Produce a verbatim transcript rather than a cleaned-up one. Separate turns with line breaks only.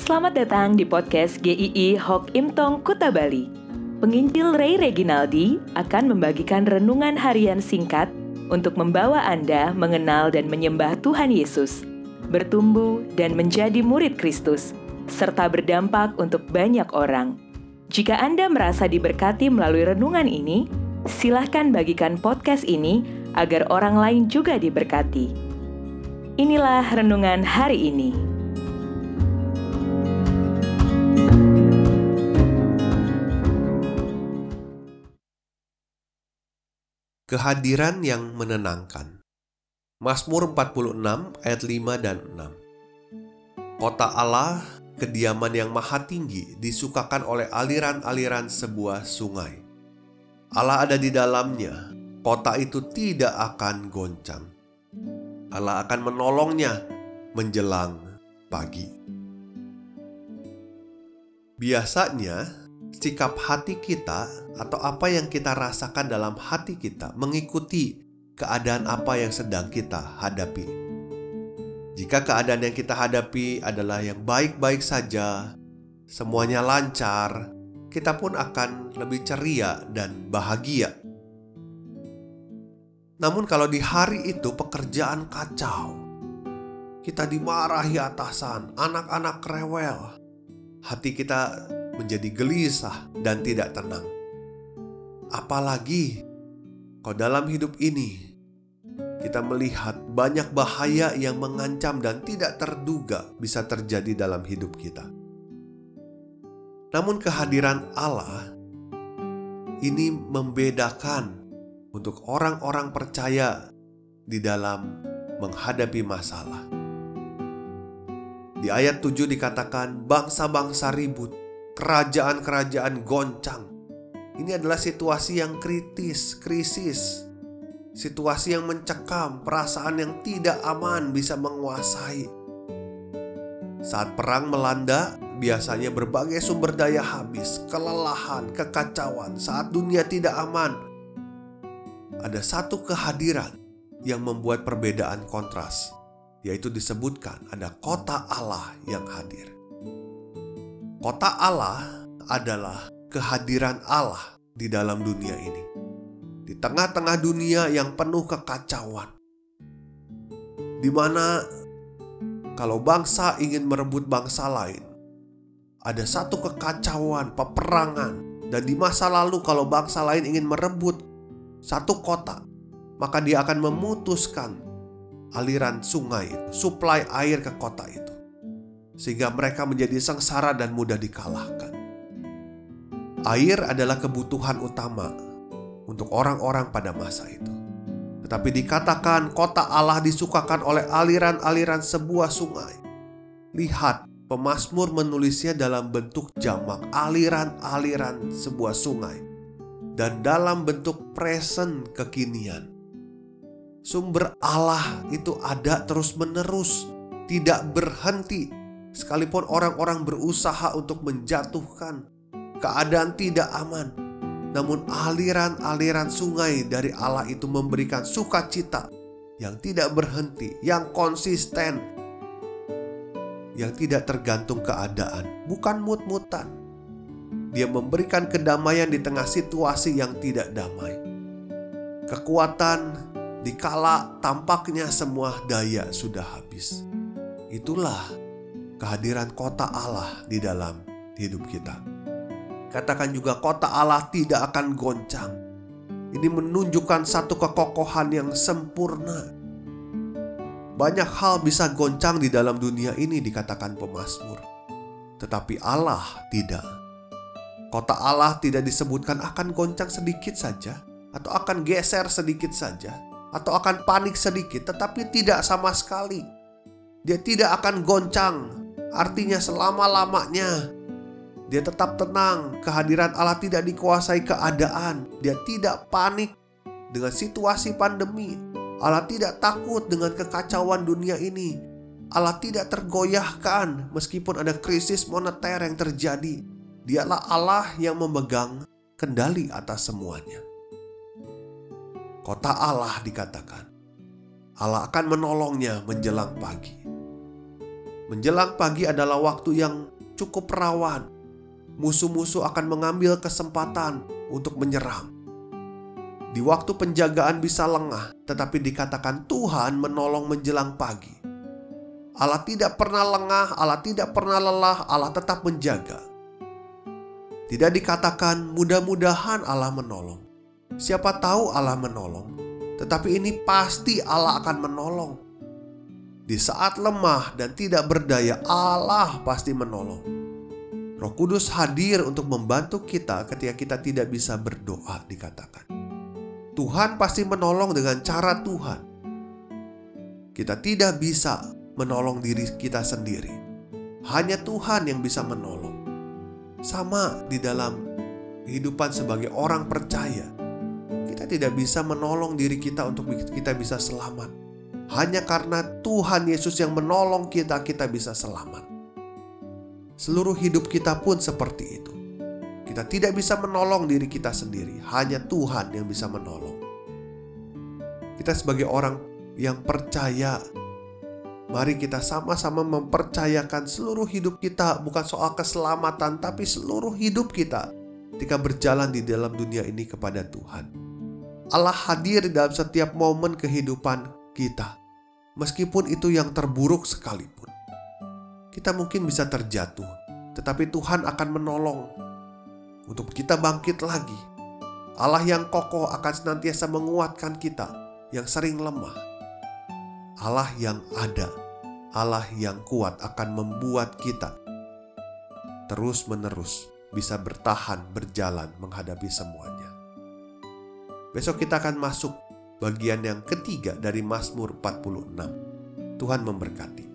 Selamat datang di podcast G I I Hok Im Tong Kuta Bali. Penginjil Ray Reginaldi akan membagikan renungan harian singkat untuk membawa Anda mengenal dan menyembah Tuhan Yesus, bertumbuh dan menjadi murid Kristus, serta berdampak untuk banyak orang. Jika Anda merasa diberkati melalui renungan ini, silahkan bagikan podcast ini agar orang lain juga diberkati. Inilah renungan hari ini.
Kehadiran yang menenangkan. Mazmur empat puluh enam ayat lima dan enam. Kota Allah, kediaman yang maha tinggi, disukakan oleh aliran-aliran sebuah sungai. Allah ada di dalamnya, kota itu tidak akan goncang. Allah akan menolongnya menjelang pagi. Biasanya, sikap hati kita atau apa yang kita rasakan dalam hati kita mengikuti keadaan apa yang sedang kita hadapi. Jika keadaan yang kita hadapi adalah yang baik-baik saja, semuanya lancar, kita pun akan lebih ceria dan bahagia. Namun kalau di hari itu pekerjaan kacau, kita dimarahi atasan, anak-anak rewel, hati kita menjadi gelisah dan tidak tenang. Apalagi kalau dalam hidup ini kita melihat banyak bahaya yang mengancam dan tidak terduga bisa terjadi dalam hidup kita. Namun kehadiran Allah ini membedakan untuk orang-orang percaya di dalam menghadapi masalah. Di ayat tujuh dikatakan bangsa-bangsa ribut, kerajaan-kerajaan goncang. Ini adalah situasi yang kritis, krisis. Situasi yang mencekam, perasaan yang tidak aman bisa menguasai. Saat perang melanda, biasanya berbagai sumber daya habis, kelelahan, kekacauan. Saat dunia tidak aman, ada satu kehadiran yang membuat perbedaan kontras, yaitu disebutkan ada kota Allah yang hadir. Kota Allah adalah kehadiran Allah di dalam dunia ini. Di tengah-tengah dunia yang penuh kekacauan, di mana kalau bangsa ingin merebut bangsa lain, ada satu kekacauan, peperangan. Dan di masa lalu kalau bangsa lain ingin merebut satu kota, maka dia akan memutuskan aliran sungai, suplai air ke kota itu, sehingga mereka menjadi sengsara dan mudah dikalahkan. Air adalah kebutuhan utama untuk orang-orang pada masa itu. Tetapi dikatakan kota Allah disukakan oleh aliran-aliran sebuah sungai. Lihat, pemazmur menulisnya dalam bentuk jamak, aliran-aliran sebuah sungai, dan dalam bentuk present kekinian. Sumber Allah itu ada terus-menerus, tidak berhenti. Sekalipun orang-orang berusaha untuk menjatuhkan, keadaan tidak aman, namun aliran-aliran sungai dari Allah itu memberikan sukacita yang tidak berhenti, yang konsisten, yang tidak tergantung keadaan, bukan mut-mutan. Dia memberikan kedamaian di tengah situasi yang tidak damai. Kekuatan dikala tampaknya semua daya sudah habis. Itulah kehadiran kota Allah di dalam hidup kita. Katakan juga kota Allah tidak akan goncang. Ini menunjukkan satu kekokohan yang sempurna. Banyak hal bisa goncang di dalam dunia ini dikatakan pemazmur, tetapi Allah tidak. Kota Allah tidak disebutkan akan goncang sedikit saja, atau akan geser sedikit saja, atau akan panik sedikit, tetapi tidak sama sekali. Dia tidak akan goncang, artinya selama-lamanya dia tetap tenang. Kehadiran Allah tidak dikuasai keadaan. Dia tidak panik dengan situasi pandemi. Allah tidak takut dengan kekacauan dunia ini. Allah tidak tergoyahkan meskipun ada krisis moneter yang terjadi. Dialah Allah yang memegang kendali atas semuanya. Kota Allah dikatakan Allah akan menolongnya menjelang pagi. Menjelang pagi adalah waktu yang cukup rawan. Musuh-musuh akan mengambil kesempatan untuk menyerang. Di waktu penjagaan bisa lengah, tetapi dikatakan Tuhan menolong menjelang pagi. Allah tidak pernah lengah, Allah tidak pernah lelah, Allah tetap menjaga. Tidak dikatakan mudah-mudahan Allah menolong. Siapa tahu Allah menolong, tetapi ini pasti Allah akan menolong. Di saat lemah dan tidak berdaya, Allah pasti menolong. Roh Kudus hadir untuk membantu kita ketika kita tidak bisa berdoa, dikatakan. Tuhan pasti menolong dengan cara Tuhan. Kita tidak bisa menolong diri kita sendiri. Hanya Tuhan yang bisa menolong. Sama di dalam kehidupan sebagai orang percaya. Kita tidak bisa menolong diri kita untuk kita bisa selamat. Hanya karena Tuhan Yesus yang menolong kita, kita bisa selamat. Seluruh hidup kita pun seperti itu. Kita tidak bisa menolong diri kita sendiri. Hanya Tuhan yang bisa menolong. Kita sebagai orang yang percaya, mari kita sama-sama mempercayakan seluruh hidup kita. Bukan soal keselamatan, tapi seluruh hidup kita ketika berjalan di dalam dunia ini kepada Tuhan. Allah hadir dalam setiap momen kehidupan kita. Meskipun itu yang terburuk sekalipun. Kita mungkin bisa terjatuh, tetapi Tuhan akan menolong untuk kita bangkit lagi. Allah yang kokoh akan senantiasa menguatkan kita yang sering lemah. Allah yang ada, Allah yang kuat akan membuat kita terus-menerus bisa bertahan, berjalan menghadapi semuanya. Besok kita akan masuk bagian yang ketiga dari Mazmur empat puluh enam. Tuhan memberkati.